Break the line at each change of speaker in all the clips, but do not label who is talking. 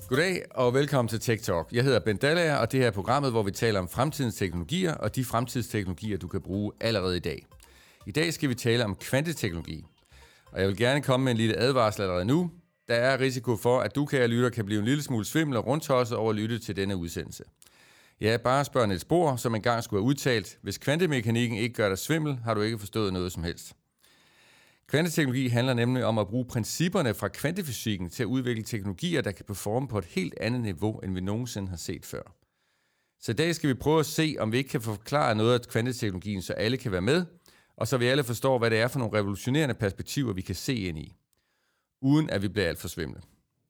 Goddag og velkommen til Tech Talk. Jeg hedder Bent Dallager, og det her er programmet, hvor vi taler om fremtidens teknologier og de fremtidsteknologier, du kan bruge allerede i dag. I dag skal vi tale om kvanteteknologi. Og jeg vil gerne komme med en lille advarsel allerede nu. Der er risiko for, at du, kære lytter, kan blive en lille smule svimmel og rundtosset over at lytte til denne udsendelse. Ja, bare spørg Niels Bohr, som engang skulle have udtalt, hvis kvantemekanikken ikke gør dig svimmel, har du ikke forstået noget som helst. Kvanteteknologi handler nemlig om at bruge principperne fra kvantefysikken til at udvikle teknologier, der kan performe på et helt andet niveau, end vi nogensinde har set før. Så i dag skal vi prøve at se, om vi ikke kan forklare noget af kvanteteknologien, så alle kan være med, og så vi alle forstår, hvad det er for nogle revolutionerende perspektiver, vi kan se ind i, uden at vi bliver alt for svimle.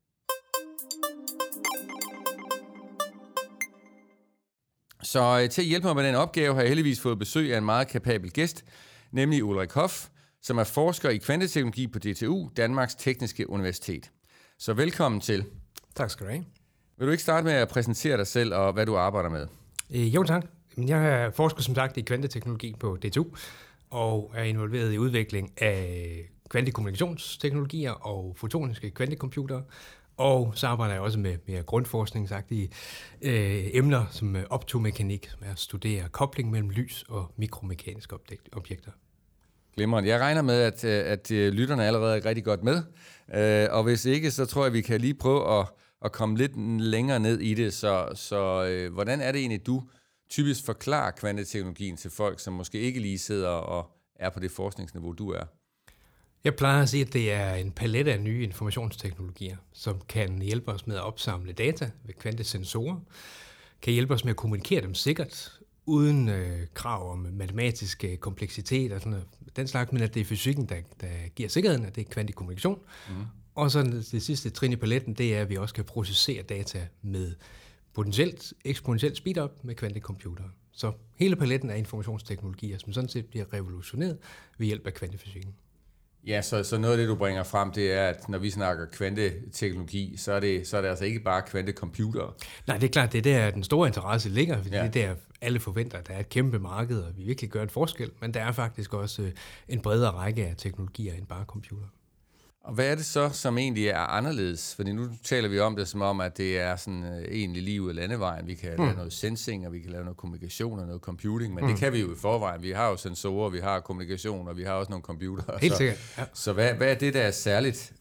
Så til at hjælpe mig med den opgave, har jeg heldigvis fået besøg af en meget kapabel gæst, nemlig Ulrik Hoff, som er forsker i kvanteteknologi på DTU, Danmarks Tekniske Universitet. Så velkommen til.
Tak skal du have.
Vil du ikke starte med at præsentere dig selv og hvad du arbejder med?
Jo tak. Jeg er forsker som sagt i kvanteteknologi på DTU, og er involveret i udvikling af kvantekommunikationsteknologier og fotoniske kvantecomputere. Og så arbejder jeg også med mere grundforskningsagtige emner som optomekanik, som er at studere kobling mellem lys og mikromekaniske objekter.
Glimrende. Jeg regner med, at lytterne allerede er rigtig godt med, og hvis ikke, så tror jeg, vi kan lige prøve at komme lidt længere ned i det. Så hvordan er det egentlig, du typisk forklarer kvanteteknologien til folk, som måske ikke lige sidder og er på det forskningsniveau, du er?
Jeg plejer at sige, at det er en palet af nye informationsteknologier, som kan hjælpe os med at opsamle data ved kvantesensorer, kan hjælpe os med at kommunikere dem sikkert, uden krav om matematisk kompleksitet og sådan den slags, men at det er fysikken, der giver sikkerheden, at det er kvantekommunikation. Og så det sidste trin i paletten, det er, at vi også kan processere data med potentielt eksponentielt speed-up med kvantecomputere. Så hele paletten af informationsteknologier, som sådan set bliver revolutioneret ved hjælp af kvantefysikken.
Ja, så noget af det, du bringer frem, det er, at når vi snakker kvanteteknologi, så er det altså ikke bare kvantecomputere.
Nej, det er klart, det er der, den store interesse ligger, fordi det er der, alle forventer, at der er et kæmpe marked, og vi virkelig gør en forskel, men der er faktisk også en bredere række af teknologier end bare computer.
Og hvad er det så, som egentlig er anderledes? Fordi nu taler vi om det som om, at det er sådan egentlig lige ud af landevejen. Vi kan lave noget sensing, og vi kan lave noget kommunikation og noget computing, men det kan vi jo i forvejen. Vi har jo sensorer, vi har kommunikation, og vi har også nogle computere.
Helt sikkert, ja.
Så hvad er det, der er særligt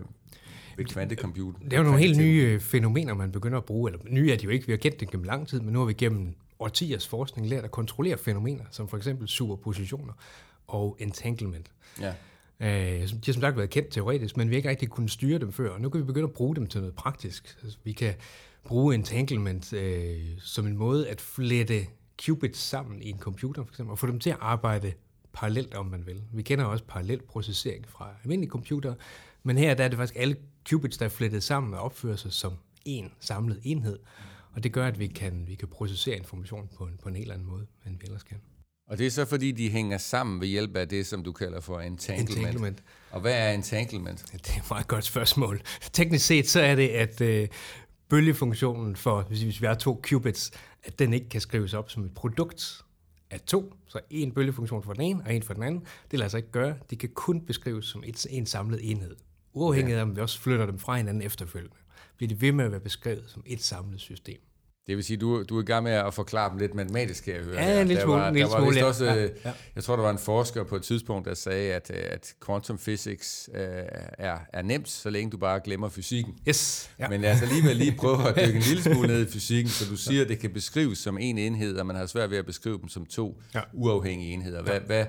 ved kvantecomputing?
Det er jo nogle helt nye fænomener, man begynder at bruge. Eller nye er de jo ikke, vi har kendt det gennem lang tid, men nu har vi gennem årtiers forskning lært at kontrollere fænomener, som for eksempel superpositioner og entanglement. Ja. De har som sagt været kendt teoretisk, men vi har ikke rigtig kunnet styre dem før, og nu kan vi begynde at bruge dem til noget praktisk. Altså, vi kan bruge entanglement som en måde at flette qubits sammen i en computer, for eksempel, og få dem til at arbejde parallelt, om man vil. Vi kender også parallelprocessering fra almindelige computere, men her der er det faktisk alle qubits, der er flettet sammen og opfører sig som en samlet enhed, og det gør, at vi kan processere information på en helt anden måde, end vi ellers kan.
Og det er så, fordi de hænger sammen ved hjælp af det, som du kalder for entanglement. Og hvad er entanglement?
Det er et meget godt spørgsmål. Teknisk set så er det, at bølgefunktionen for, hvis vi har to qubits, at den ikke kan skrives op som et produkt af to. Så en bølgefunktion for den ene og en for den anden. Det lader sig ikke gøre. De kan kun beskrives som en samlet enhed. Uafhængigt af, om vi også flytter dem fra hinanden efterfølgende, bliver de ved med at være beskrevet som et samlet system.
Det vil sige, du er i gang med at forklare dem lidt matematisk, kan jeg høre.
Ja, en lille smule.
Også, jeg tror, der var en forsker på et tidspunkt, der sagde, at quantum physics er nemt, så længe du bare glemmer fysikken.
Yes. Ja.
Men lad os alligevel lige prøve at dykke en lille smule ned i fysikken, så du siger, at det kan beskrives som en enhed, og man har svært ved at beskrive dem som to uafhængige enheder. Hvad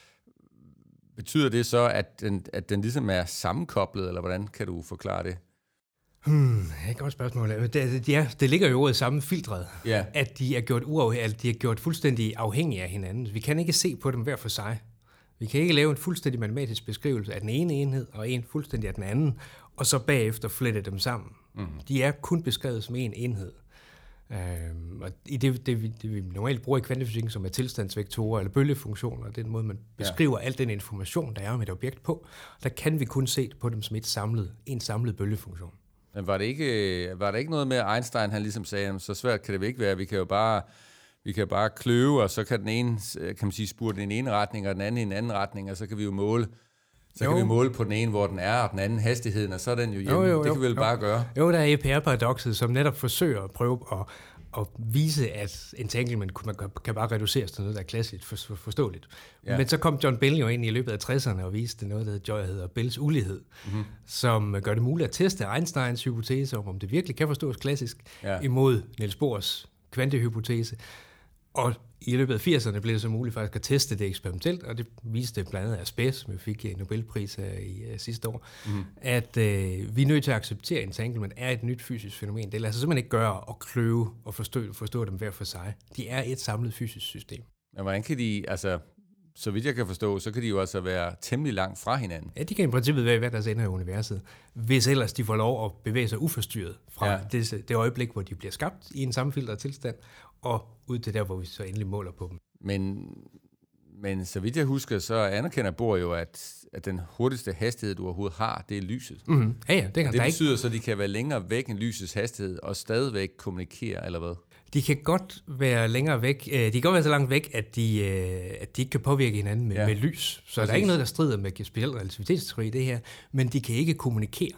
betyder det så, at den ligesom er sammenkoblet, eller hvordan kan du forklare det?
Det er et godt spørgsmål. Det ligger jo ordet sammenfiltret, at de er gjort de er gjort fuldstændig afhængige af hinanden. Vi kan ikke se på dem hver for sig. Vi kan ikke lave en fuldstændig matematisk beskrivelse af den ene enhed, og en fuldstændig af den anden, og så bagefter flette dem sammen. De er kun beskrevet som en enhed. Og i det vi normalt bruger i kvantefysikken, som er tilstandsvektorer eller bølgefunktioner, den måde, man beskriver al den information, der er om et objekt på, der kan vi kun se på dem som en samlet bølgefunktion.
Men var der ikke noget med, at Einstein han ligesom sagde, så svært kan det ikke være, vi kan bare kløve, og så kan den ene, kan man sige, spurte i en ene retning, og den anden i en anden retning, og så kan vi jo måle Så kan vi måle på den ene, hvor den er, og den anden hastigheden, og så er den jo hjemme. Det kan vi vel bare gøre.
Jo, der er EPR-paradokset, som netop forsøger at prøve at vise, at entanglement kan bare reduceres til noget, der er klassisk forståeligt. Ja. Men så kom John Bell jo ind i løbet af 60'erne og viste noget, der hedder Bells ulighed, som gør det muligt at teste Einsteins hypotese om det virkelig kan forstås klassisk, imod Niels Bohrs kvantehypotese. Og i løbet af 80'erne blev det så muligt faktisk at teste det eksperimentelt, og det viste blandt andet Asbæs, som vi fik en Nobelpris i sidste år, at vi er nødt til at acceptere, at entanglement er et nyt fysisk fænomen. Det lader sig simpelthen ikke gøre at kløve og forstå dem hver for sig. De er et samlet fysisk system.
Men hvordan kan de, altså, så vidt jeg kan forstå, så kan de jo altså være temmelig langt fra hinanden?
Ja, de kan i princippet være hver deres ende af universet, hvis ellers de får lov at bevæge sig uforstyrret fra det øjeblik, hvor de bliver skabt i en sammenfiltret tilstand, og ud til der, hvor vi så endelig måler på dem.
Men så vidt jeg husker, så anerkender Bohr jo, at den hurtigste hastighed, du overhovedet har, det er lyset.
Mm-hmm. Ja, det
betyder så, at de kan være længere væk end lysets hastighed, og stadigvæk kommunikere, eller hvad?
De kan godt være længere væk. De kan godt være så langt væk, at de ikke kan påvirke hinanden med lys. Så der er ikke noget, der strider med speciel relativitetsteori i det her, men de kan ikke kommunikere.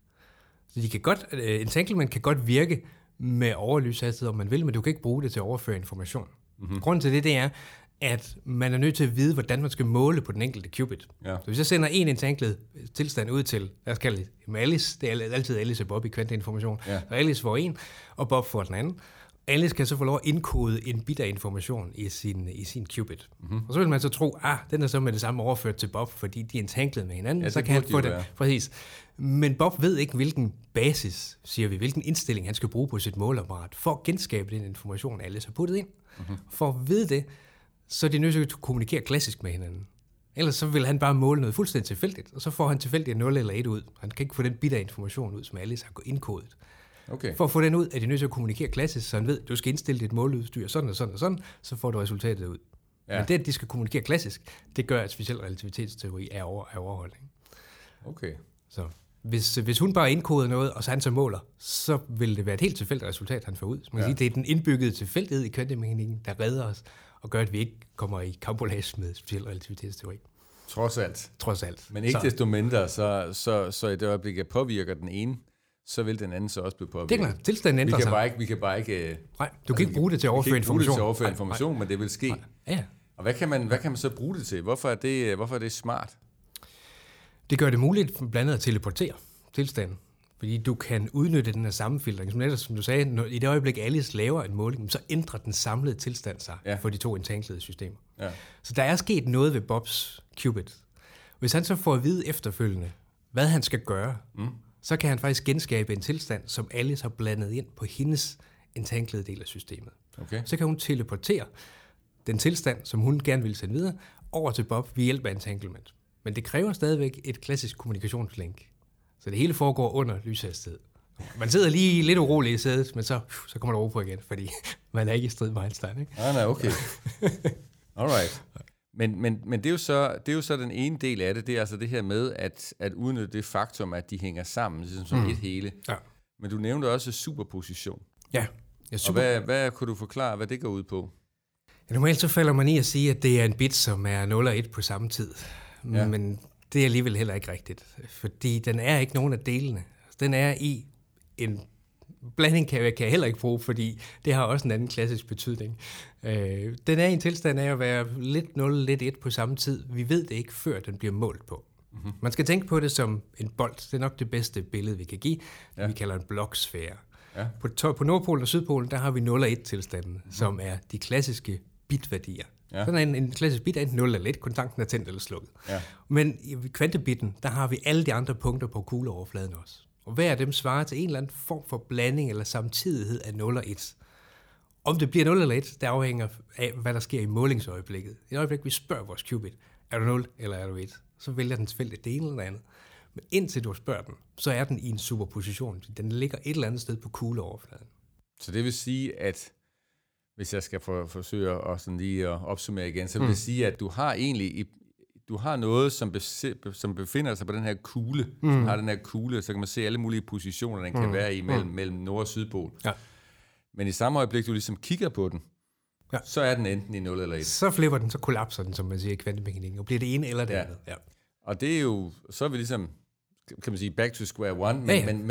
Så de kan godt, entanglement kan godt virke med overlyshastighed, om man vil, men du kan ikke bruge det til at overføre information. Mm-hmm. Grunden til det er, at man er nødt til at vide, hvordan man skal måle på den enkelte qubit. Ja. Så hvis jeg sender en entanglet tilstand ud til, lad os kalde det Alice, det er altid Alice og Bob i kvanteinformation, og Alice får en, og Bob får den anden. Alice kan så få lov at indkode en bit af information i sin qubit. Mm-hmm. Og så vil man så tro, den er så med det samme overført til Bob, fordi de er entanglet med hinanden, så kan han få det. Præcis. Men Bob ved ikke, hvilken basis, siger vi, hvilken indstilling han skal bruge på sit måleapparat, for at genskabe den information, Alice har puttet ind. Mm-hmm. For at vide det, så er de nødt til at kommunikere klassisk med hinanden. Ellers så vil han bare måle noget fuldstændig tilfældigt, og så får han tilfældigt 0 eller 1 ud. Han kan ikke få den bit af information ud, som Alice har indkodet.
Okay.
For at få den ud, er de nødt til at kommunikere klassisk, så han ved, du skal indstille dit måleudstyr sådan og sådan og sådan, så får du resultatet ud. Ja. Men det, at de skal kommunikere klassisk, det gør, at speciel relativitetsteori er overholdt.
Okay.
Så hvis hun bare indkoder noget, og så han så måler, så vil det være et helt tilfældigt resultat, han får ud. Så man kan sige, det er den indbyggede tilfældighed i kvantemekanikken, der redder os, og gør, at vi ikke kommer i karambolage med speciel relativitetsteori.
Trods alt. Men ikke desto mindre, så i det øjeblik, jeg påvirker den ene, så vil den anden så også blive påvirket.
Det er klart. Tilstanden ændrer sig.
Vi kan bare ikke...
Nej, du kan ikke bruge det til at overføre information.
Men det vil ske.
Ja.
Og hvad kan man så bruge det til? Hvorfor er det smart?
Det gør det muligt blandt andet at teleportere tilstanden. Fordi du kan udnytte den her sammenfiltring. Som du sagde, i det øjeblik Alice laver en måling, så ændrer den samlede tilstand sig for de to entanglede systemer. Ja. Så der er sket noget ved Bobs qubit. Hvis han så får at vide efterfølgende, hvad han skal gøre, så kan han faktisk genskabe en tilstand, som Alice har blandet ind på hendes entanglede del af systemet. Okay. Så kan hun teleportere den tilstand, som hun gerne vil sende videre, over til Bob ved hjælp af entanglement. Men det kræver stadigvæk et klassisk kommunikationslink. Så det hele foregår under lyshastighed. Man sidder lige lidt urolig i sædet, men så kommer der ro på igen, fordi man er ikke i strid med Einstein, ikke?
Nej, okay. Alright. Men det er jo så den ene del af det, det er altså det her med at udnytte det faktum, at de hænger sammen, ligesom som et hele. Ja. Men du nævnte også superposition.
Ja.
Og hvad kunne du forklare, hvad det går ud på?
Ja, normalt så falder man i at sige, at det er en bit, som er 0 og 1 på samme tid. Ja. Men det er alligevel heller ikke rigtigt, fordi den er ikke nogen af delene. Den er i en blanding, kan jeg heller ikke bruge, fordi det har også en anden klassisk betydning. Den er i en tilstand af at være lidt 0, lidt 1 på samme tid. Vi ved det ikke, før den bliver målt på. Mm-hmm. Man skal tænke på det som en bold. Det er nok det bedste billede, vi kan give. Vi kalder en bloksfære. Ja. På Nordpolen og Sydpolen, der har vi 0 og 1 tilstanden, som er de klassiske bitværdier. Ja. Sådan en klassisk bit er enten 0 eller 1, kontakten er tændt eller slukket. Ja. Men i kvantebitten, der har vi alle de andre punkter på kugleoverfladen også. Og hver af dem svarer til en eller anden form for blanding eller samtidighed af 0 og 1. Om det bliver 0 eller 1, det afhænger af, hvad der sker i målingsøjeblikket. I det øjeblik, vi spørger vores qubit, er du 0 eller er du 1? Så vælger den tilfældigt det ene eller andet. Men indtil du spørger den, så er den i en superposition. Den ligger et eller andet sted på kugleoverfladen.
Så det vil sige, at hvis jeg skal forsøge at sådan lige at opsummere igen, så vil det sige, at du har noget, som befinder sig på den her kugle, som har den her kugle, så kan man se alle mulige positioner, den kan være i mellem nord- og sydpol. Ja. Men i samme øjeblik, du ligesom kigger på den, så er den enten i 0 eller 1.
Så flipper den, så kollapser den, som man siger i kvantemekanikken, og bliver det ene eller det andet. Ja.
Og det er jo, så er vi ligesom, kan man sige, back to square one,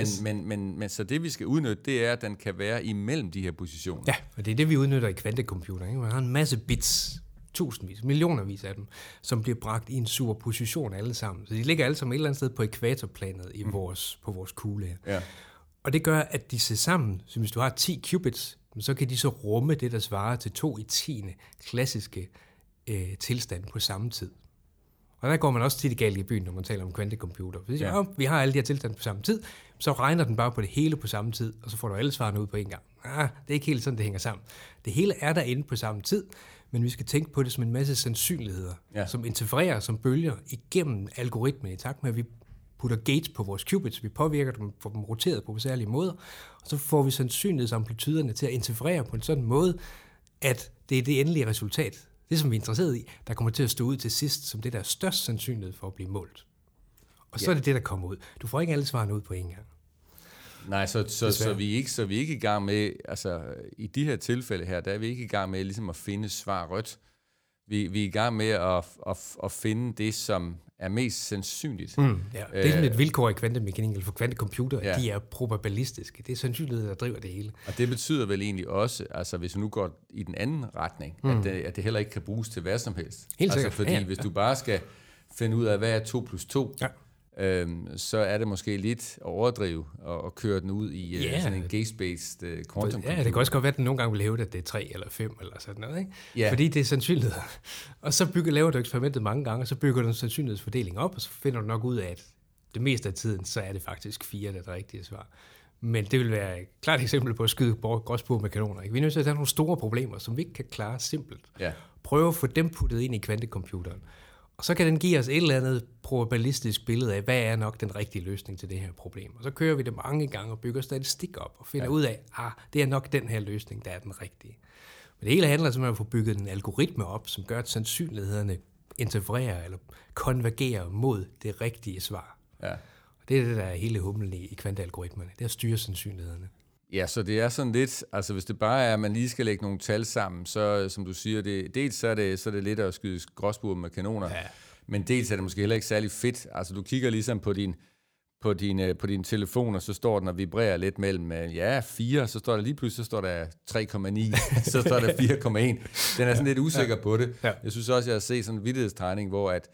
men så det vi skal udnytte, det er, at den kan være imellem de her positioner.
Ja, og det er det, vi udnytter i kvantecomputer. Ikke? Man har en masse bits, tusindvis, millionervis af dem, som bliver bragt i en superposition alle sammen. Så de ligger alle sammen et eller andet sted på ekvatorplanet på vores kugle her.
Ja.
Og det gør, at de ser sammen, så hvis du har 10 qubits, så kan de så rumme det, der svarer til 2/10 klassiske tilstand på samme tid. Og der går man også tit galt i byen, når man taler om kvantecomputer. Hvis vi har alle de her tilstande på samme tid, så regner den bare på det hele på samme tid, og så får du alle svarene ud på en gang. Det er ikke helt sådan, det hænger sammen. Det hele er derinde på samme tid, men vi skal tænke på det som en masse sandsynligheder, som interfererer som bølger igennem algoritmen i takt med, at vi putter gates på vores qubits, vi påvirker dem, får dem roteret på særlige måder, og så får vi sandsynlighedsamplituderne til at interferere på en sådan måde, at det er det endelige resultat, det som vi er interesseret i, der kommer til at stå ud til sidst, som det der er størst sandsynlighed for at blive målt. Og så er det det, der kommer ud. Du får ikke alle svarene ud på en gang.
Nej, så vi er ikke i gang med, altså i de her tilfælde her, der er vi ikke i gang med ligesom at finde svar rødt. Vi er i gang med at finde det, som er mest sandsynligt.
Det er sådan et vilkår i kvantemekanik, eller for kvantecomputer, at de er probabilistiske. Det er sandsynlighed, der driver det hele.
Og det betyder vel egentlig også, altså hvis vi nu går i den anden retning, at det heller ikke kan bruges til hvad som helst.
Helt sikkert.
Altså fordi hvis du bare skal finde ud af, hvad er 2 plus 2, så er det måske lidt at overdrive og køre den ud i sådan en gate-based quantum computer.
Ja, det kan også godt være, at den nogle gange vil hævde, at det er 3 eller 5 eller sådan noget, ikke? Ja. Fordi det er sandsynligheder. Og så laver du eksperimentet mange gange, og så bygger du en sandsynlighedsfordeling op, og så finder du nok ud af, at det meste af tiden, så er det faktisk 4, der er det rigtige svar. Men det vil være et klart eksempel på at skyde gråspurve med kanoner. Ikke? Vi er nødt til at have nogle store problemer, som vi ikke kan klare simpelt.
Ja.
Prøve at få dem puttet ind i kvantecomputeren. Og så kan den give os et eller andet probabilistisk billede af, hvad er nok den rigtige løsning til det her problem. Og så kører vi det mange gange og bygger statistik op og finder ud af, det er nok den her løsning, der er den rigtige. Men det hele handler simpelthen om at få bygget en algoritme op, som gør, at sandsynlighederne interfererer eller konvergerer mod det rigtige svar.
Ja.
Og det er det, der er hele humlen i kvantealgoritmerne. Det er at styre sandsynlighederne.
Ja, så det er sådan lidt, altså hvis det bare er, at man lige skal lægge nogle tal sammen, så som du siger, dels så er det lidt at skyde gråspurve med kanoner, men dels er det måske heller ikke særlig fedt. Altså du kigger ligesom på din telefon, og så står den og vibrerer lidt mellem 4, så står der lige pludselig, så står der 3,9, så står der 4,1. Den er sådan lidt usikker på det. Ja. Jeg synes også, jeg har set sådan en vittighedstræning,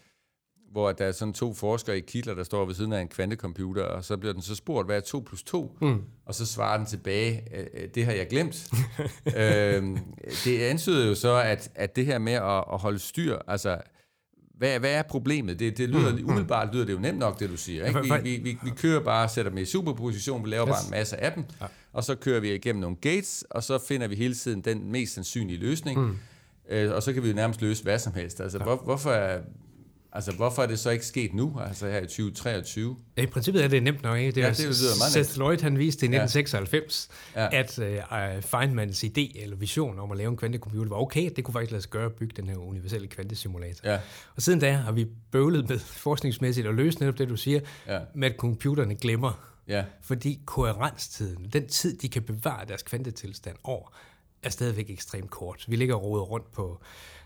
hvor der er sådan 2 forskere i kitler, der står ved siden af en kvantecomputer, og så bliver den så spurgt, hvad er 2 plus 2? Og så svarer den tilbage, det har jeg glemt. Det antyder jo så, at det her med at holde styr, altså, hvad er problemet? Det lyder, umiddelbart lyder det jo nemt nok, det du siger. Ikke? Vi kører bare, sætter dem i superposition, vi laver bare en masse af dem, og så kører vi igennem nogle gates, og så finder vi hele tiden den mest sandsynlige løsning, og så kan vi jo nærmest løse hvad som helst. Altså, hvorfor er det så ikke sket nu, altså her i 2023?
I princippet er det nemt nok, ikke? Det Seth Lloyd, han viste i 1996, at Feynmans idé eller vision om at lave en kvantecomputer var okay, det kunne faktisk lade sig gøre at bygge den her universelle kvantesimulator. Ja. Og siden da har vi bøvlet med forskningsmæssigt at løse netop det, du siger, med at computerne glemmer. Ja. Fordi koherenstiden, den tid, de kan bevare deres kvantetilstand over, er stadigvæk ekstremt kort. Vi ligger og roder rundt på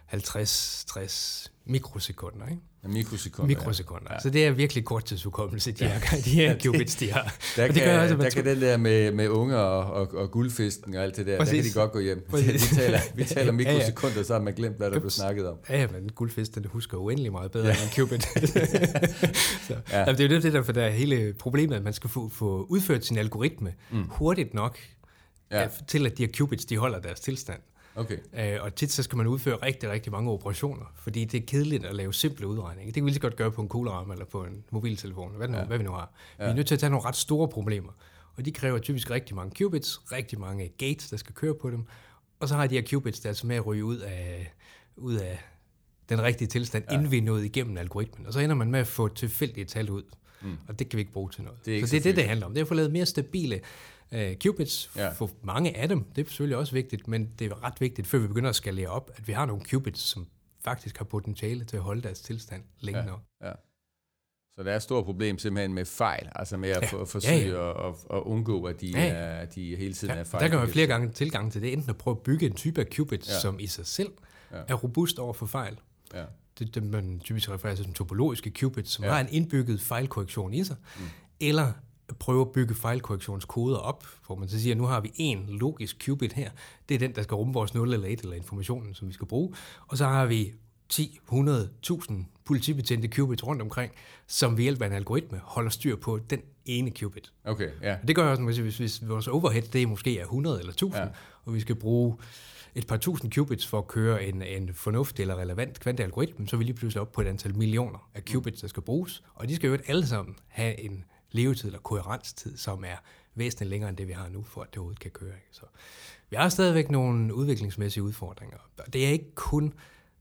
50-60 mikrosekunder, ikke? Mikrosekunder. Ja. Så det er virkelig korttidshukommelse, de her qubits, de har.
Der kan den der med unger og guldfisken og alt det der, der kan de godt gå hjem. Vi taler mikrosekunder, så har man glemt, hvad der blev snakket om.
Ja, men guldfisk, den husker uendelig meget bedre end en qubit. Jamen, det er jo det der, for der er hele problemet, at man skal få udført sin algoritme hurtigt nok, til at de her qubits, de holder deres tilstand.
Okay.
Og tit så skal man udføre rigtig, rigtig mange operationer, fordi det er kedeligt at lave simple udregninger. Det kan vi lige så godt gøre på en kugleramme eller på en mobiltelefon, hvad vi nu har. Vi er nødt til at tage nogle ret store problemer, og de kræver typisk rigtig mange qubits, rigtig mange gates, der skal køre på dem, og så har de her qubits, der er med at ryge ud af den rigtige tilstand, inden vi er nået igennem algoritmen. Og så ender man med at få tilfældige tal ud, og det kan vi ikke bruge til noget. Så det er det handler om. Det er at få lavet mere stabile qubits, for mange af dem, det er selvfølgelig også vigtigt, men det er ret vigtigt, før vi begynder at skalere op, at vi har nogle qubits, som faktisk har potentiale til at holde deres tilstand længe nok.
Ja. Så der er et stort problem simpelthen med fejl, altså med at forsøge at undgå, at de hele tiden er fejl.
Der kan man flere gange tilgang til det, enten at prøve at bygge en type af qubits, som i sig selv er robust over for fejl, det man typisk refererer til som topologiske qubits, som har en indbygget fejlkorrektion i sig, eller prøve at bygge fejlkorrektionskoder op, hvor man så siger, at nu har vi en logisk qubit her, det er den, der skal rumme vores 0 eller 1 eller informationen, som vi skal bruge, og så har vi 10, 100, 1000 politibetjente qubits rundt omkring, som ved hjælp af en algoritme holder styr på den ene qubit.
Okay, ja.
Det gør også, hvis vores overhead det måske er 100 eller 1000, og vi skal bruge et par tusind qubits for at køre en fornuftig eller relevant kvantealgoritme, så er vi lige pludselig op på et antal millioner af qubits, der skal bruges, og de skal jo alle sammen have en levetid eller koherenstid, som er væsentligt længere end det, vi har nu, for at det overhovedet kan køre. Så vi har stadigvæk nogle udviklingsmæssige udfordringer. Det er ikke kun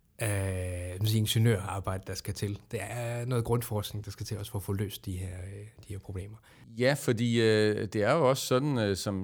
ingeniørarbejde, der skal til. Det er noget grundforskning, der skal til også for at få løst de her problemer.
Ja, fordi det er jo også sådan,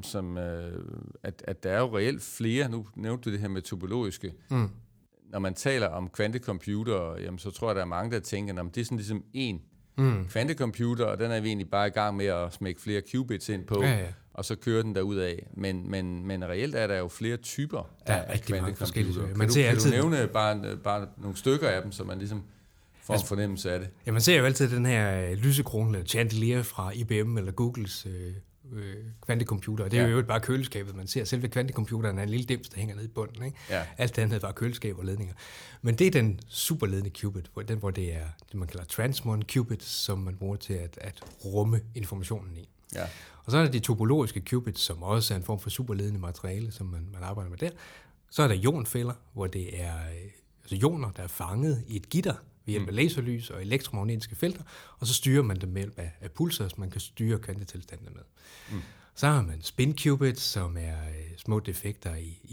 at der er jo reelt flere, nu nævnte du det her med topologiske, når man taler om kvantecomputer, jamen, så tror jeg, der er mange, der tænker, at det er sådan ligesom en kvantecomputer, og den er vi egentlig bare i gang med at smække flere qubits ind på, og så kører den derudad. Men reelt er der jo flere typer af kvantecomputer. Kan du nævne bare nogle stykker af dem, så man ligesom får en fornemmelse af det?
Ja, man ser jo altid den her lysekrone, eller chandelier fra IBM eller Googles kvantecomputer. Det er jo bare køleskabet, man ser. Selve kvantecomputeren er en lille dims, der hænger nede i bunden. Ikke? Ja. Alt det andet er bare køleskab og ledninger. Men det er den superledende qubit, hvor det er det, man kalder transmon qubit, som man bruger til at rumme informationen i. Ja. Og så er der de topologiske qubits, som også er en form for superledende materiale, som man arbejder med der. Så er der ionfælder, hvor det er ioner, der er fanget i et gitter ved hjælp af laserlys og elektromagnetiske felter, og så styrer man dem med hjælp af pulser, så man kan styre kvantetilstandene med. Så har man spin qubits, som er små defekter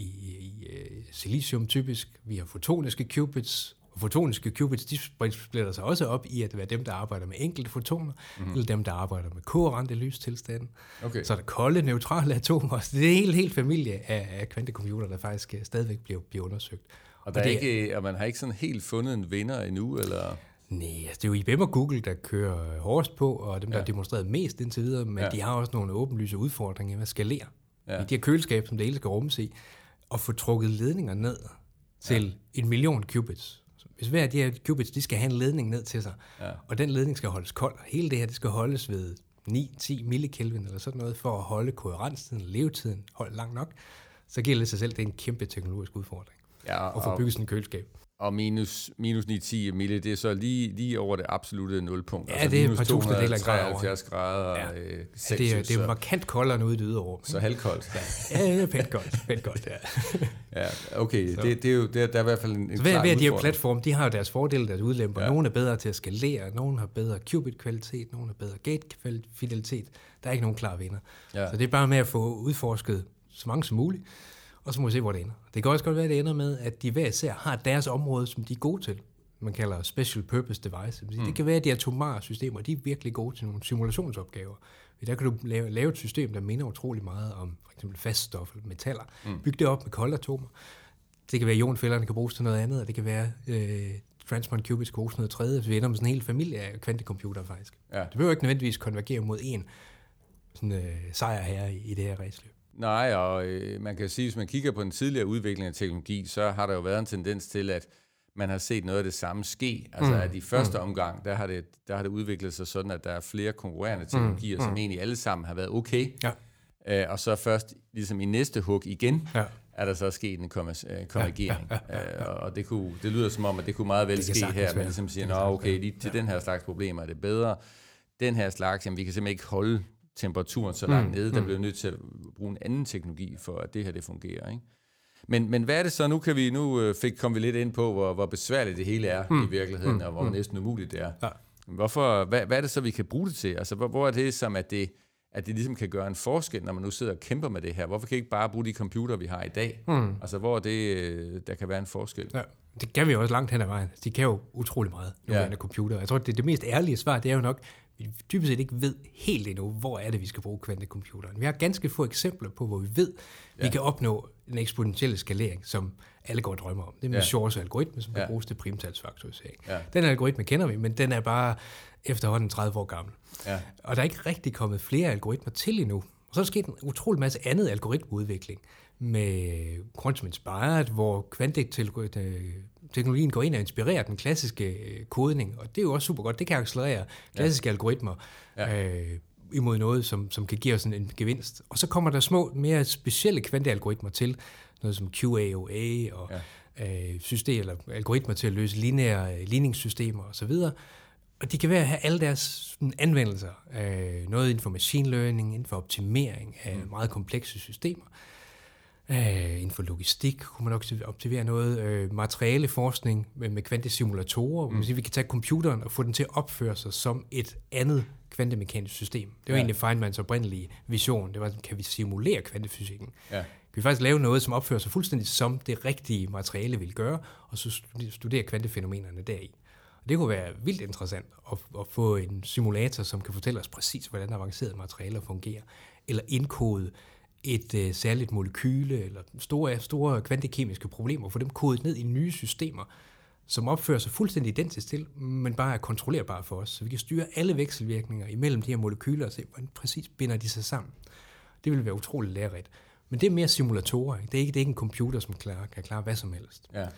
i silicium typisk. Vi har fotoniske qubits, og fotoniske qubits, de splitter sig også op i at være dem, der arbejder med enkelte fotoner, eller dem, der arbejder med koherente lystilstande. Okay. Så er der kolde, neutrale atomer. Så det er en helt familie af kvantecomputere, der faktisk stadigvæk bliver undersøgt.
Og man har ikke sådan helt fundet en vinder endnu, eller?
Nej, altså det er jo IBM og Google, der kører hårdest på, og dem, der har demonstreret mest indtil videre, men de har også nogle åbenlyse udfordringer med at skalere. I de her køleskab, som det hele skal rummes i, og få trukket ledninger ned til 1 million qubits. Hvis hver af de her qubits, de skal have en ledning ned til sig, og den ledning skal holdes kold, og hele det her, det skal holdes ved 9-10 millikelvin eller sådan noget, for at holde koherenstiden, levetiden, holde langt nok, så giver det sig selv, det er en kæmpe teknologisk udfordring. Og få bygget sådan en køleskab.
Og minus 9-10 mille, det er så lige over det absolutte nulpunkt.
Ja, altså det er et par tusind deler grader.
73 grader
Celsius. Det er markant koldere end ude i det ydre rum.
Så halvkoldt.
Ja, det er pænt koldt,
ja, okay. Det er jo, der er i hvert fald en klar
udfordring. Hver af de her platforme, de har jo deres fordele og deres ulemper. Ja. Nogle er bedre til at skalere, nogle har bedre qubit-kvalitet, nogle har bedre gate-fidelitet. Der er ikke nogen klar vinder. Ja. Så det er bare med at få udforsket så mange som muligt. Og så må vi se, hvor det ender. Det kan også godt være, at det ender med, at de hver især har deres område, som de er gode til. Man kalder special purpose device. Det kan være, at de atomare systemer, de er virkelig gode til nogle simulationsopgaver. Der kan du lave et system, der minder utrolig meget om for eksempel faststof eller metaller. Byg det op med kolde atomer. Det kan være, at ionfælderne kan bruges til noget andet, og det kan være, transmon qubits kan bruges til noget tredje. Så vi ender med sådan en hel familie af kvantecomputere faktisk. Ja. Det behøver ikke nødvendigvis konvergere mod en sejr her i det her ræsløb.
Nej, og man kan sige, hvis man kigger på den tidligere udvikling af teknologi, så har der jo været en tendens til, at man har set noget af det samme ske. Altså at i første omgang, der har det udviklet sig sådan, at der er flere konkurrerende teknologier, som egentlig alle sammen har været okay. Ja. Og så først ligesom i næste hug igen, er der så sket en konvergering. Og det lyder som om, at det kunne meget vel ske her, men ligesom siger, okay, lige til den her slags problemer er det bedre. Den her slags, jamen vi kan simpelthen ikke holde temperaturen så langt nede, der bliver nødt til at bruge en anden teknologi, for at det her det fungerer. Ikke? Men hvad er det så? Kom vi lidt ind på, hvor besværligt det hele er i virkeligheden, og hvor næsten umuligt det er. Ja. Hvad er det så, vi kan bruge det til? Altså, hvor er det som, at det ligesom kan gøre en forskel, når man nu sidder og kæmper med det her? Hvorfor kan I ikke bare bruge de computere, vi har i dag? Altså, hvor er det, der kan være en forskel?
Ja. Det kan vi jo også langt hen ad vejen. De kan jo utrolig meget, nogle computere. Jeg tror, det mest ærlige svar, det er jo nok, vi dybest set ikke ved helt endnu, hvor er det, vi skal bruge kvantecomputeren. Vi har ganske få eksempler på, hvor vi ved, vi kan opnå en eksponentiel skalering, som alle går og drømmer om. Det er med Shors algoritme, som kan bruges til primtalsfaktorisering. Ja. Den algoritme kender vi, men den er bare efterhånden 30 år gammel. Ja. Og der er ikke rigtig kommet flere algoritmer til endnu. så er der sket en utrolig masse andet algoritmeudvikling med Quantum Inspired, hvor kvanteteknologien går ind og inspirerer den klassiske kodning, og det er jo også super godt. Det kan accelerere klassiske algoritmer imod noget, som kan give os en gevinst. Og så kommer der små, mere specielle kvantealgoritmer til, noget som QAOA og system, eller algoritmer til at løse lineære ligningssystemer osv., og de kan have alle deres anvendelser. Noget inden for machine learning, inden for optimering af meget komplekse systemer. Inden for logistik kunne man også optimere noget. Materialeforskning med kvantesimulatorer. Vi kan tage computeren og få den til at opføre sig som et andet kvantemekanisk system. Det var egentlig Feynmans oprindelige vision. Det var, kan vi simulere kvantefysikken? Ja. Kan vi faktisk lave noget, som opfører sig fuldstændig som det rigtige materiale vil gøre, og så studere kvantefænomenerne deri. Det kunne være vildt interessant at få en simulator, som kan fortælle os præcis, hvordan avancerede materialer fungerer, eller indkode et særligt molekyle, eller store kvantekemiske problemer, få dem kodet ned i nye systemer, som opfører sig fuldstændig identisk til, men bare er kontrollerbare for os. Så vi kan styre alle vekselvirkninger imellem de her molekyler og se, hvordan præcis binder de sig sammen. Det vil være utroligt lærerigt. Men det er mere simulatorer. Ikke? Det er ikke en computer, som kan klare hvad som helst. Ja.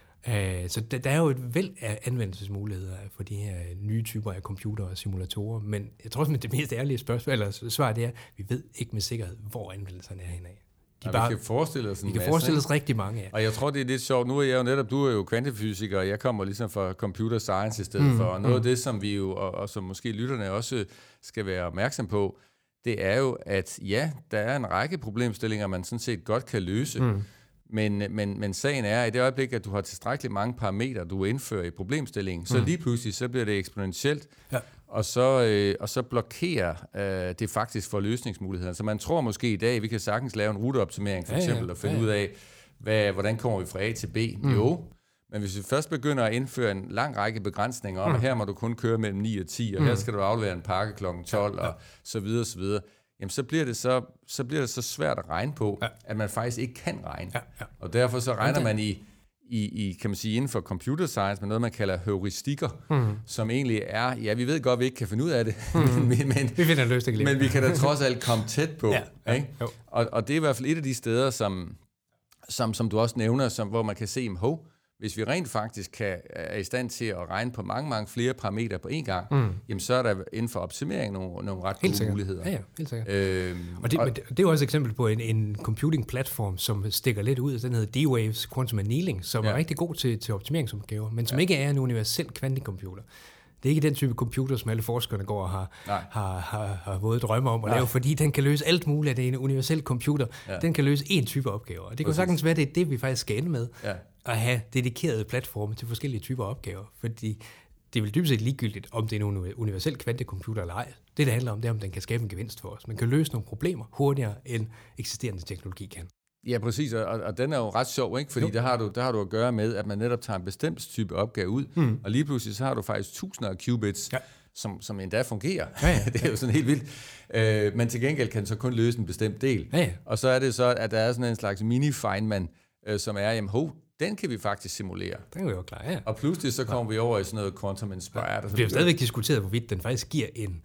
Så der er jo et væld af anvendelsesmuligheder for de her nye typer af computer og simulatorer, men jeg tror, at det mest ærlige spørgsmål, eller svar, det er, vi ved ikke med sikkerhed, hvor anvendelserne er henad.
Vi kan forestille os
rigtig mange af.
Og jeg tror, det er lidt sjovt. Nu er jeg jo netop, du er jo kvantefysiker, og jeg kommer ligesom fra computer science i stedet for. Og noget af det, som vi jo, og som måske lytterne også skal være opmærksom på, det er jo, at ja, der er en række problemstillinger, man sådan set godt kan løse. Men sagen er, at i det øjeblik, at du har tilstrækkeligt mange parametre, du indfører i problemstillingen, så lige pludselig, så bliver det eksponentielt, og så blokerer det faktisk for løsningsmuligheder. Så man tror måske i dag, vi kan sagtens lave en ruteoptimering, for eksempel, og finde ud af, hvordan kommer vi fra A til B. Jo, men hvis vi først begynder at indføre en lang række begrænsninger om, at her må du kun køre mellem 9 og 10, og her skal du aflevere en pakke kl. 12, og så videre, så videre, jamen så bliver det så svært at regne på, at man faktisk ikke kan regne. Og derfor så regner man i kan man sige, inden for computer science med noget, man kalder heuristikker, som egentlig er, ja, vi ved godt, vi ikke kan finde ud af det,
vi finder en løsning.
Men vi kan da trods alt komme tæt på. Ikke? Og det er i hvert fald et af de steder, som du også nævner, hvor man kan se, hvis vi rent faktisk er i stand til at regne på mange, mange flere parametre på én gang, jamen så er der inden for optimering nogle ret gode muligheder.
Ja, helt sikkert. Og det er jo også et eksempel på en computing-platform, som stikker lidt ud. Den hedder D-Waves Quantum Annealing, som er rigtig god til optimeringsopgaver, men som ikke er en universel kvantecomputer. Det er ikke den type computer, som alle forskerne går og har våde drømme om at lave, fordi den kan løse alt muligt. Det er en universel computer. Den kan løse én type opgaver. Og det kan sagtens være, det vi faktisk skal ende med. At have dedikerede platforme til forskellige typer opgaver. Fordi det er vel dybest set ligegyldigt, om det er en universel kvantecomputer eller ej. Det handler om, det er, om den kan skabe en gevinst for os. Man kan løse nogle problemer hurtigere, end eksisterende teknologi kan.
Ja, præcis, og den er jo ret sjov, ikke? Fordi der har du at gøre med, at man netop tager en bestemt type opgave ud, og lige pludselig så har du faktisk tusinder af qubits, som endda fungerer. Det er jo sådan helt vildt. Men til gengæld kan den så kun løse en bestemt del. Og så er det så, at der er sådan en slags mini-Feynman, som er, den kan vi faktisk simulere.
Den er jo klar,
Og pludselig så kommer vi over i sådan noget quantum inspired.
Det bliver stadigvæk diskuteret, hvorvidt den faktisk giver en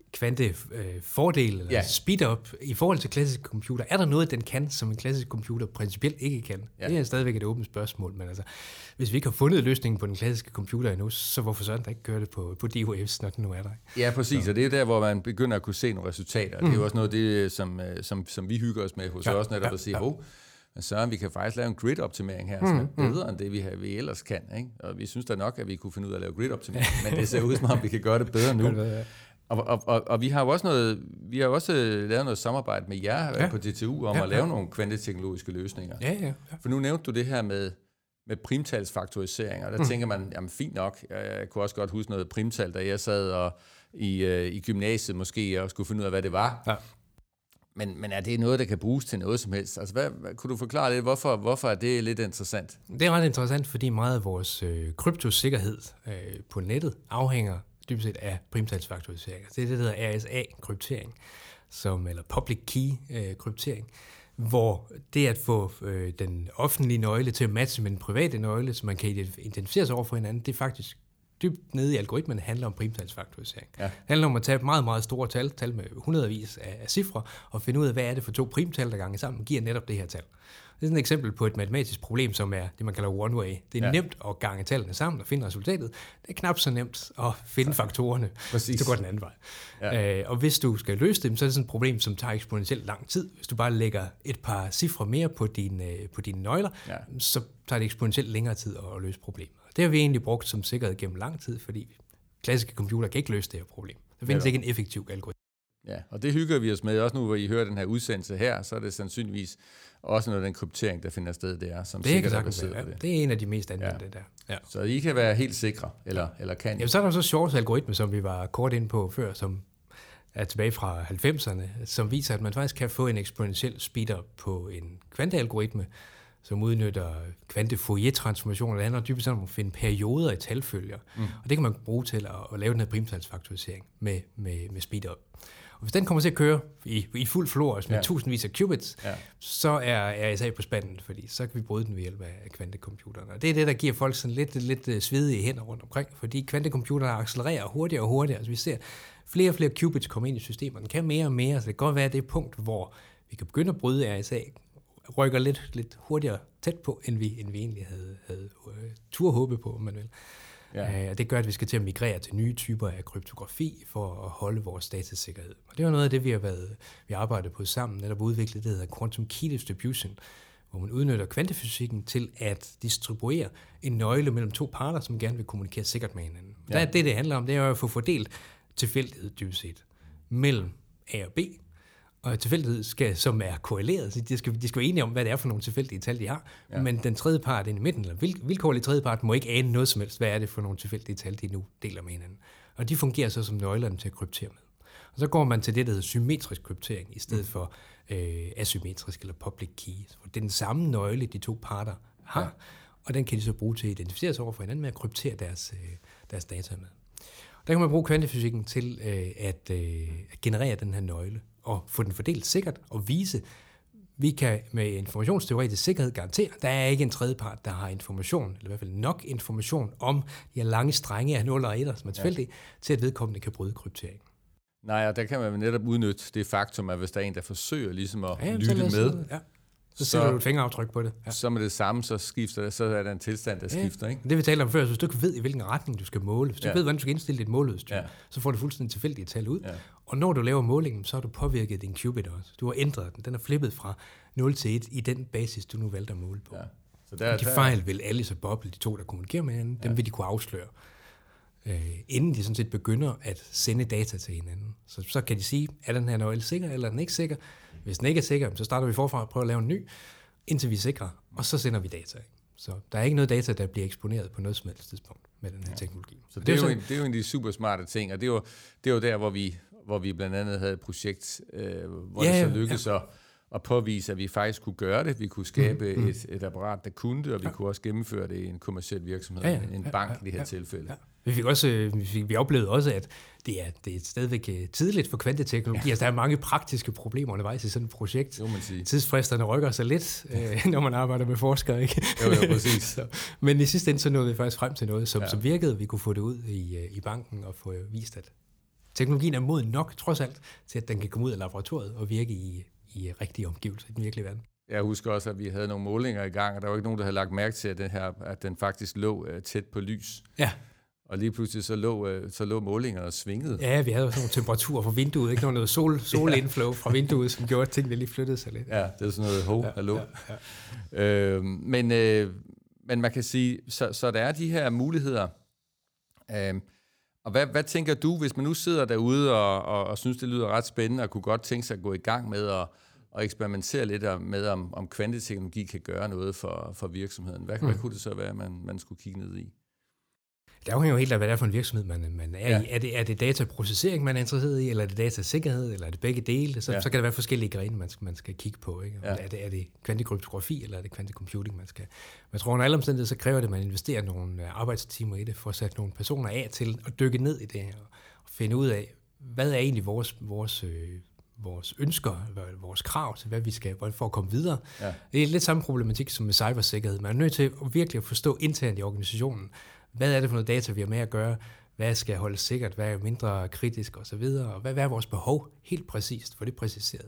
kvantefordel eller speed-up i forhold til klassiske computer. Er der noget, den kan, som en klassisk computer principielt ikke kan? Det er stadigvæk et åbent spørgsmål, men altså, hvis vi ikke har fundet løsningen på den klassiske computer endnu, så hvorfor sådan der ikke gøre det på D-Waves, når den nu er der?
Ja, præcis, og det er der, hvor man begynder at kunne se nogle resultater. Det er jo også noget af det, som vi hygger os med hos os, netop at sige, så vi kan faktisk lave en grid-optimering her, som er bedre end det, vi ellers kan. Ikke? Og vi synes da nok, at vi kunne finde ud af at lave grid-optimering, men det ser ud som om, vi kan gøre det bedre nu. Og vi har jo også lavet noget samarbejde med jer på DTU om at lave nogle kvanteteknologiske løsninger. For nu nævnte du det her med primtalsfaktorisering, og der tænker man, jamen fint nok, jeg kunne også godt huske noget primtal, da jeg sad i gymnasiet måske, og skulle finde ud af, hvad det var. Ja. Men er det noget, der kan bruges til noget som helst? Altså, kunne du forklare lidt, hvorfor er det lidt interessant?
Det er ret interessant, fordi meget af vores kryptosikkerhed på nettet afhænger dybest set af primtalsfaktorisering. Det er det, der hedder RSA-kryptering, eller public key-kryptering, hvor det at få den offentlige nøgle til at matche med den private nøgle, så man kan identificere sig over for hinanden, det er faktisk dybt nede i algoritmen, handler om primtalsfaktorisering. Ja. Det handler om at tage meget, meget store tal med hundredvis af cifre, og finde ud af, hvad er det for 2 primtal, der gange sammen, giver netop det her tal. Det er sådan et eksempel på et matematisk problem, som er det, man kalder one-way. Det er nemt at gange tallene sammen og finde resultatet. Det er knap så nemt at finde faktorerne, så går den anden vej. Ja. Og hvis du skal løse dem, så er det sådan et problem, som tager eksponentielt lang tid. Hvis du bare lægger et par cifre mere på dine nøgler, så tager det eksponentielt længere tid at løse problemet. Det har vi egentlig brugt som sikkerhed gennem lang tid, fordi klassiske computer kan ikke løse det her problem. Der findes ikke en effektiv algoritme.
Ja, og det hygger vi os med. Også nu, hvor I hører den her udsendelse her, så er det sandsynligvis også noget af den kryptering, der finder sted der, som sikkert er baseret på det.
Det er en af de mest anvendte der. Ja.
Så I kan være helt sikre, eller kan I?
Jamen, så er der så Shor's algoritme, som vi var kort inde på før, som er tilbage fra 90'erne, som viser, at man faktisk kan få en eksponentiel speed-up på en kvantealgoritme, som udnytter kvante-Fourier-transformationer. Det handler dybest om at finde perioder i talfølger. Og det kan man bruge til at lave den her primtalsfaktorisering med speed-up. Og hvis den kommer til at køre i fuld flor, med tusindvis af qubits, så er RSA på spanden, fordi så kan vi bryde den ved hjælp af kvantecomputerne. Og det er det, der giver folk sådan lidt svedige hænder rundt omkring, fordi kvantecomputerne accelererer hurtigere og hurtigere. Altså vi ser flere og flere qubits komme ind i systemet. Den kan mere og mere, så det kan godt være det punkt, hvor vi kan begynde at bryde RSA, rykker lidt hurtigere tæt på, end vi egentlig havde håbe på, om man vil. Ja. Og det gør, at vi skal til at migrere til nye typer af kryptografi for at holde vores datasikkerhed. Og det var noget af det, vi har arbejdet på sammen, netop udviklet det, der hedder Quantum Key Distribution, hvor man udnytter kvantefysikken til at distribuere en nøgle mellem 2 parter, som gerne vil kommunikere sikkert med hinanden. Ja. Det handler om, det er at få fordelt tilfældighed dybest set mellem A og B, og tilfældighed som er korreleret, så de skal være enige om, hvad det er for nogle tilfældige tal, de har, men den tredje part inde i midten, eller vilkårlig tredje part, må ikke ane noget som helst, hvad er det for nogle tilfældige tal, de nu deler med hinanden. Og de fungerer så som nøglerne til at kryptere med. Og så går man til det, der hedder symmetrisk kryptering, i stedet for asymmetrisk eller public key. Så det er den samme nøgle, de 2 parter har, og den kan de så bruge til at identificere sig over for hinanden med at kryptere deres data med. Der kan man bruge kvantefysikken til at generere den her nøgle, og få den fordelt sikkert, og vise, vi kan med informationsteoretisk sikkerhed garantere, der er ikke en tredje part, der har information, eller i hvert fald nok information om de her lange strenge af 0 og 1'er, som er tilfældige, til at vedkommende kan bryde kryptering.
Nej, og der kan man netop udnytte det faktum, at hvis der er en, der forsøger ligesom at lytte med,
så sætter du et fingeraftryk på det. Ja.
Så med det samme, så er der en tilstand, der skifter. Ikke?
Det vi talte om før, så hvis du ikke ved, i hvilken retning du skal måle, hvis du ikke ved, hvordan du skal indstille dit måleudstyr, så får du fuldstændig tilfældige tal ud. Ja. Og når du laver målingen, så har du påvirket din qubit også. Du har ændret den. Den er flippet fra 0 til 1 i den basis, du nu valgte at måle på. Ja. Så de fejl vil alle så boble, de 2, der kommunikerer med hinanden, dem vil de kunne afsløre, inden de sådan set begynder at sende data til hinanden. Så kan de sige, er den her nøgle sikker, eller er den ikke sikker? Hvis den ikke er sikker, så starter vi forfra og prøver at lave en ny, indtil vi er sikre, og så sender vi data. Så der er ikke noget data, der bliver eksponeret på noget som helst tidspunkt med den her teknologi.
Så det er jo en af de super smarte ting, og det er jo der, hvor vi blandt andet havde et projekt, hvor det så lykkedes at påvise, at vi faktisk kunne gøre det. Vi kunne skabe et apparat, der kunne det, og vi kunne også gennemføre det i en kommerciel virksomhed, en bank i det her tilfælde. Ja.
Vi oplevede også, at det er stadigvæk tidligt for kvanteteknologi. Ja. Altså, der er mange praktiske problemer undervejs i sådan et projekt.
Jo, man siger.
Tidsfristerne rykker sig lidt, når man arbejder med forskere, ikke?
Jo, præcis.
Men i sidste ende så nåede vi faktisk frem til noget, som virkede. Vi kunne få det ud i banken og få vist, at teknologien er moden nok, trods alt, til at den kan komme ud af laboratoriet og virke i rigtige omgivelser i den virkelige verden.
Jeg husker også, at vi havde nogle målinger i gang, og der var ikke nogen, der havde lagt mærke til, at den faktisk lå tæt på lys. Ja. Og lige pludselig så lå målingerne og svingede. Ja, vi havde også nogle temperaturer fra vinduet, ikke noget solindflow fra vinduet, som gjorde, at tingene lige flyttede sig lidt. Ja, det er sådan noget hallo. Ja. Men man kan sige, så der er de her muligheder. Og hvad tænker du, hvis man nu sidder derude og synes, det lyder ret spændende, og kunne godt tænke sig at gå i gang med at eksperimentere lidt med, om kvanteteknologi kan gøre noget for virksomheden? Hvad kunne det så være, man skulle kigge ned i?
Det afhænger jo helt af, hvad det er for en virksomhed, man er i. Er det dataprocessering, man er interesseret i, eller er det datasikkerhed, eller er det begge dele? Så kan der være forskellige grene, man skal kigge på. Ikke? Ja. Er det kvantekryptografi, eller er det kvantecomputing, man skal? Men jeg tror, under alle omstændigheder, så kræver det, at man investerer nogle arbejdstimer i det, for at sætte nogle personer af til at dykke ned i det her, og finde ud af, hvad er egentlig vores ønsker, vores krav til, hvad vi skal for at komme videre. Ja. Det er lidt samme problematik som med cybersikkerhed. Man er nødt til at virkelig forstå internt i organisationen, hvad er det for noget data, vi har med at gøre, hvad skal holdes sikkert, hvad er mindre kritisk osv., og hvad er vores behov helt præcist, for det præciseret.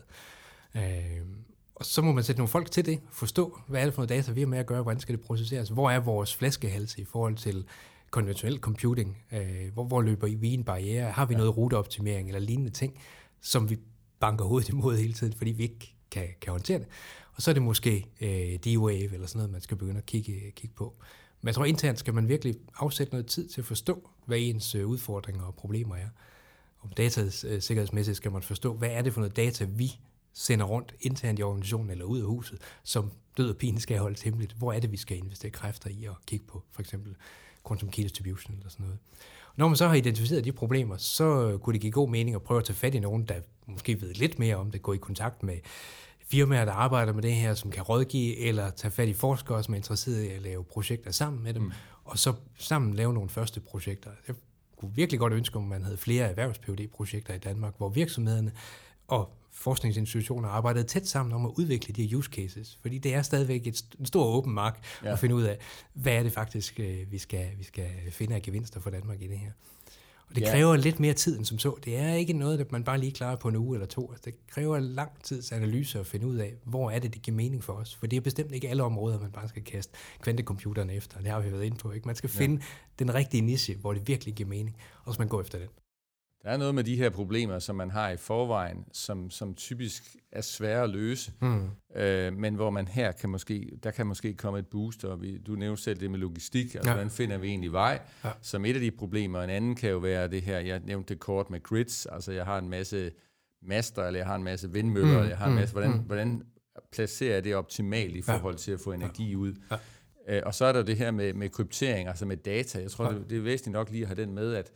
Og så må man sætte nogle folk til det, forstå, hvad er det for noget data, vi har med at gøre, hvordan skal det processeres, hvor er vores flaskehalse i forhold til konventionel computing, hvor løber vi en barriere, har vi noget ruteoptimering eller lignende ting, som vi banker hovedet imod hele tiden, fordi vi ikke kan håndtere det. Og så er det måske D-Wave eller sådan noget, man skal begynde at kigge på. Men jeg tror internt skal man virkelig afsætte noget tid til at forstå, hvad ens udfordringer og problemer er. Om dataet sikkerhedsmæssigt skal man forstå, hvad er det for noget data, vi sender rundt internt i organisationen eller ud af huset, som død og pine skal holdes hemmeligt. Hvor er det, vi skal investere kræfter i og kigge på, for eksempel quantum key distribution eller sådan noget. Når man så har identificeret de problemer, så kunne det give god mening at prøve at tage fat i nogen, der måske ved lidt mere om det, gå i kontakt med firmaer, der arbejder med det her, som kan rådgive, eller tage fat i forskere, som er interesseret i at lave projekter sammen med dem, og så sammen lave nogle første projekter. Jeg kunne virkelig godt ønske, om man havde flere erhvervs-PhD-projekter i Danmark, hvor virksomhederne og forskningsinstitutioner arbejdede tæt sammen om at udvikle de her use cases, fordi det er stadigvæk en stor åben mark at finde ud af, hvad er det faktisk, vi skal finde af gevinster for Danmark i det her. Og det kræver lidt mere tid end som så. Det er ikke noget, at man bare lige klarer på en uge eller to. Det kræver lang tids analyse at finde ud af, hvor er det giver mening for os. For det er bestemt ikke alle områder, man bare skal kaste kvantecomputerne efter. Det har vi været inde på. Ikke? Man skal finde den rigtige niche, hvor det virkelig giver mening, og så man går efter den.
Der er noget med de her problemer, som man har i forvejen, som typisk er svære at løse, men hvor man her kan måske komme et boost, og du nævnte selv det med logistik, altså hvordan finder vi egentlig vej, som et af de problemer. En anden kan jo være det her, jeg nævnte det kort med grids, altså jeg har en masse master, eller jeg har en masse vindmøller, jeg har en masse, hvordan placerer jeg det optimalt i forhold til at få energi ud. Og så er der det her med kryptering, altså med data. Jeg tror, det er væsentligt nok lige at have den med, at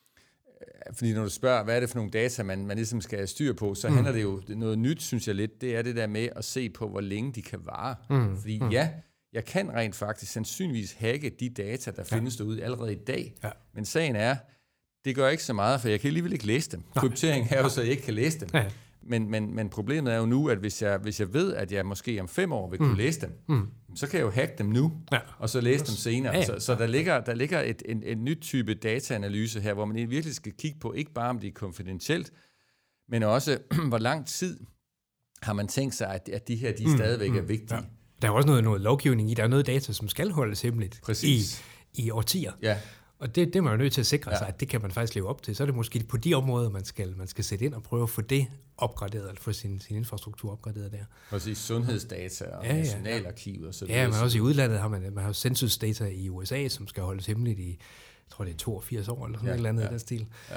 fordi når du spørger, hvad er det for nogle data, man ligesom skal have styr på, så handler det jo noget nyt, synes jeg lidt, det er det der med at se på, hvor længe de kan vare. Fordi jeg kan rent faktisk sandsynligvis hacke de data, der findes derude allerede i dag. Men sagen er, det gør ikke så meget, for jeg kan alligevel ikke læse dem. Kryptering er jo så, jeg ikke kan læse dem. Men problemet er jo nu, at hvis jeg ved, at jeg måske om 5 år vil kunne læse dem, så kan jeg jo hacke dem nu, og så læse dem senere. Så der ligger en ny type dataanalyse her, hvor man virkelig skal kigge på, ikke bare om det er konfidentielt, men også, hvor lang tid har man tænkt sig, at de her de stadigvæk er vigtige. Ja.
Der er også noget lovgivning i, der er noget data, som skal holdes hemmeligt i årtier. Ja. Og det er man jo nødt til at sikre sig, at det kan man faktisk leve op til. Så er det måske på de områder, man skal sætte ind og prøve at få det opgraderet, eller få sin infrastruktur opgraderet der.
Præcis, sundhedsdata og nationalarkiv og så videre.
Ja, men også i udlandet har man har census data i USA, som skal holdes hemmeligt i, jeg tror det er 82 år, eller sådan et eller andet i den stil. Ja.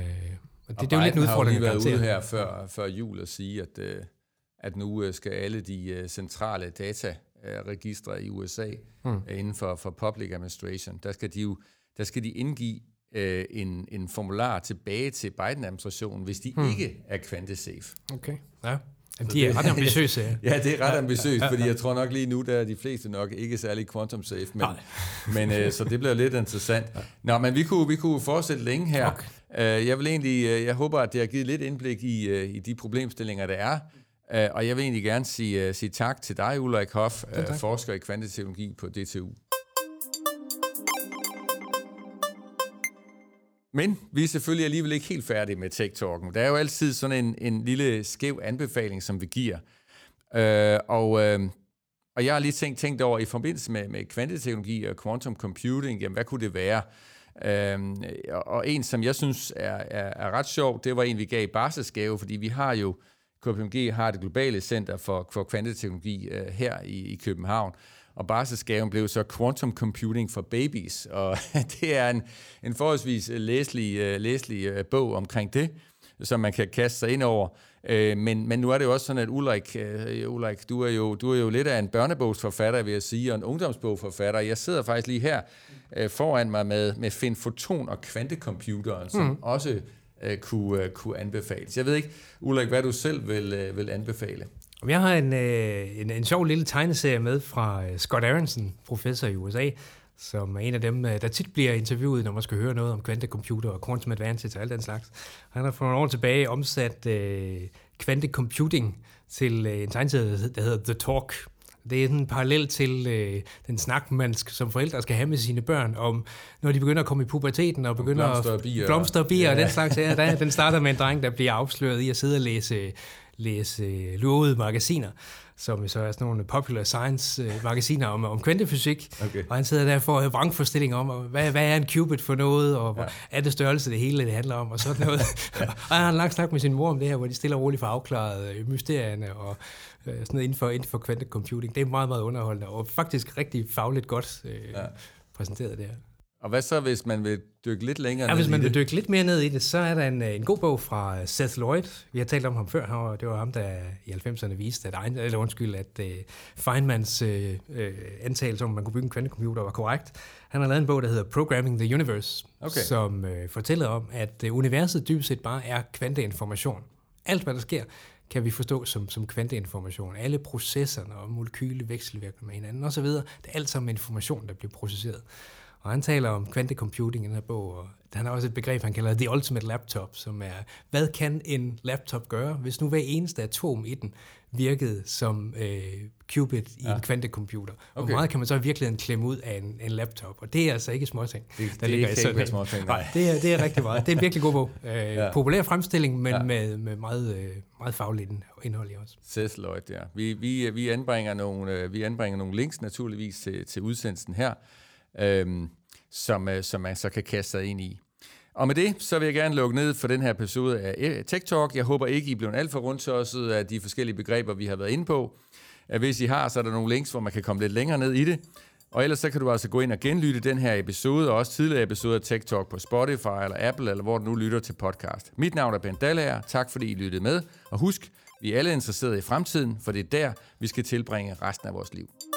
Og det er jo lidt en udfordring at garantere. Har jo lige været ude her før jul og sige, at nu skal alle de centrale dataregistre i USA inden for public administration, der skal de indgive en formular tilbage til Biden-administrationen, hvis de ikke er kvantesafe.
Okay, ja. Jamen, de er ret ambitiøse.
Ja, det er ret ambitiøst, fordi jeg tror nok lige nu, der er de fleste nok ikke særlig quantum safe, men så det bliver lidt interessant. Nå, men vi kunne fortsætte længe her. Okay. Jeg håber, at det har givet lidt indblik i de problemstillinger, der er. Og jeg vil egentlig gerne sige tak til dig, Ulrik Hoff, forsker i kvanteteknologi på DTU. Men vi er selvfølgelig alligevel ikke helt færdige med Tech Talken. Der er jo altid sådan en lille skæv anbefaling, som vi giver. Og jeg har lige tænkt over, i forbindelse med kvanteteknologi og quantum computing, jamen hvad kunne det være? Og en, som jeg synes er ret sjov, det var en, vi gav i barselsgave, fordi vi har jo, KPMG har det globale center for kvanteteknologi her i København. Og barselsgaven blev så Quantum Computing for Babies, og det er en forholdsvis læselig bog omkring det, som man kan kaste sig ind over. Men nu er det jo også sådan, at Ulrik, du er jo lidt af en børnebogsforfatter, vil jeg sige, og en ungdomsbogforfatter. Jeg sidder faktisk lige her foran mig med Finfoton og kvantecomputeren, som også kunne anbefales. Jeg ved ikke, Ulrik, hvad du selv vil anbefale.
Jeg har en sjov lille tegneserie med fra Scott Aronson, professor i USA, som er en af dem, der tit bliver interviewet, når man skal høre noget om kvantecomputer og quantum advantage og alt den slags. Han har for nogle år tilbage omsat kvantecomputing til en tegneserie, der hedder The Talk, Det er en parallel til den snak, man som forældre skal have med sine børn, om når de begynder at komme i puberteten og begynder at blomster og bier og den slags. Ja, den starter med en dreng, der bliver afsløret i at sidde og læse lurvede magasiner, som så er sådan nogle popular science magasiner om kvantefysik. Okay. Og han sidder der for at have vrangforestillinger om, hvad er en qubit for noget, og er det størrelse det hele, det handler om, og sådan noget. Og han har en lang snak med sin mor om det her, hvor de stille og roligt får afklaret mysterierne og sådan noget inden for kvantecomputing. Det er meget, meget underholdende, og faktisk rigtig fagligt godt præsenteret det her.
Og hvad så, hvis man vil dykke lidt længere ned i det?
Hvis man vil dykke lidt mere ned i det, så er der en god bog fra Seth Lloyd. Vi har talt om ham før. Det var ham, der i 90'erne viste, at Feynmans antagelse om, at man kunne bygge en kvantecomputer, var korrekt. Han har lavet en bog, der hedder Programming the Universe, som fortæller om, at universet dybest set bare er kvanteinformation. Alt, hvad der sker, kan vi forstå som kvanteinformation. Alle processerne og molekyler vekselvirker med hinanden osv. Det er alt sammen information, der bliver processeret. Og han taler om kvantecomputing i den her bog, og han har også et begreb, han kalder The Ultimate Laptop, som er, hvad kan en laptop gøre, hvis nu hver eneste atom i den virkede som qubit i en kvantecomputer. Okay. Hvor meget kan man så i virkeligheden klemme ud af en laptop? Og det er altså ikke småting.
Det er ikke småting.
Nej, det er rigtig meget. Det er en virkelig god bog. Populær fremstilling, men med meget fagligt indhold i også.
Seth Lloyd, ja. Vi anbringer nogle links naturligvis til udsendelsen her, som man så kan kaste sig ind i. Og med det, så vil jeg gerne lukke ned for den her episode af Tech Talk. Jeg håber ikke, I bliver alt for rundtosset af de forskellige begreber, vi har været inde på. Hvis I har, så er der nogle links, hvor man kan komme lidt længere ned i det. Og ellers så kan du altså gå ind og genlytte den her episode, og også tidligere episoder af Tech Talk på Spotify eller Apple, eller hvor du nu lytter til podcast. Mit navn er Bent Dallager. Tak fordi I lyttede med. Og husk, vi er alle interesserede i fremtiden, for det er der, vi skal tilbringe resten af vores liv.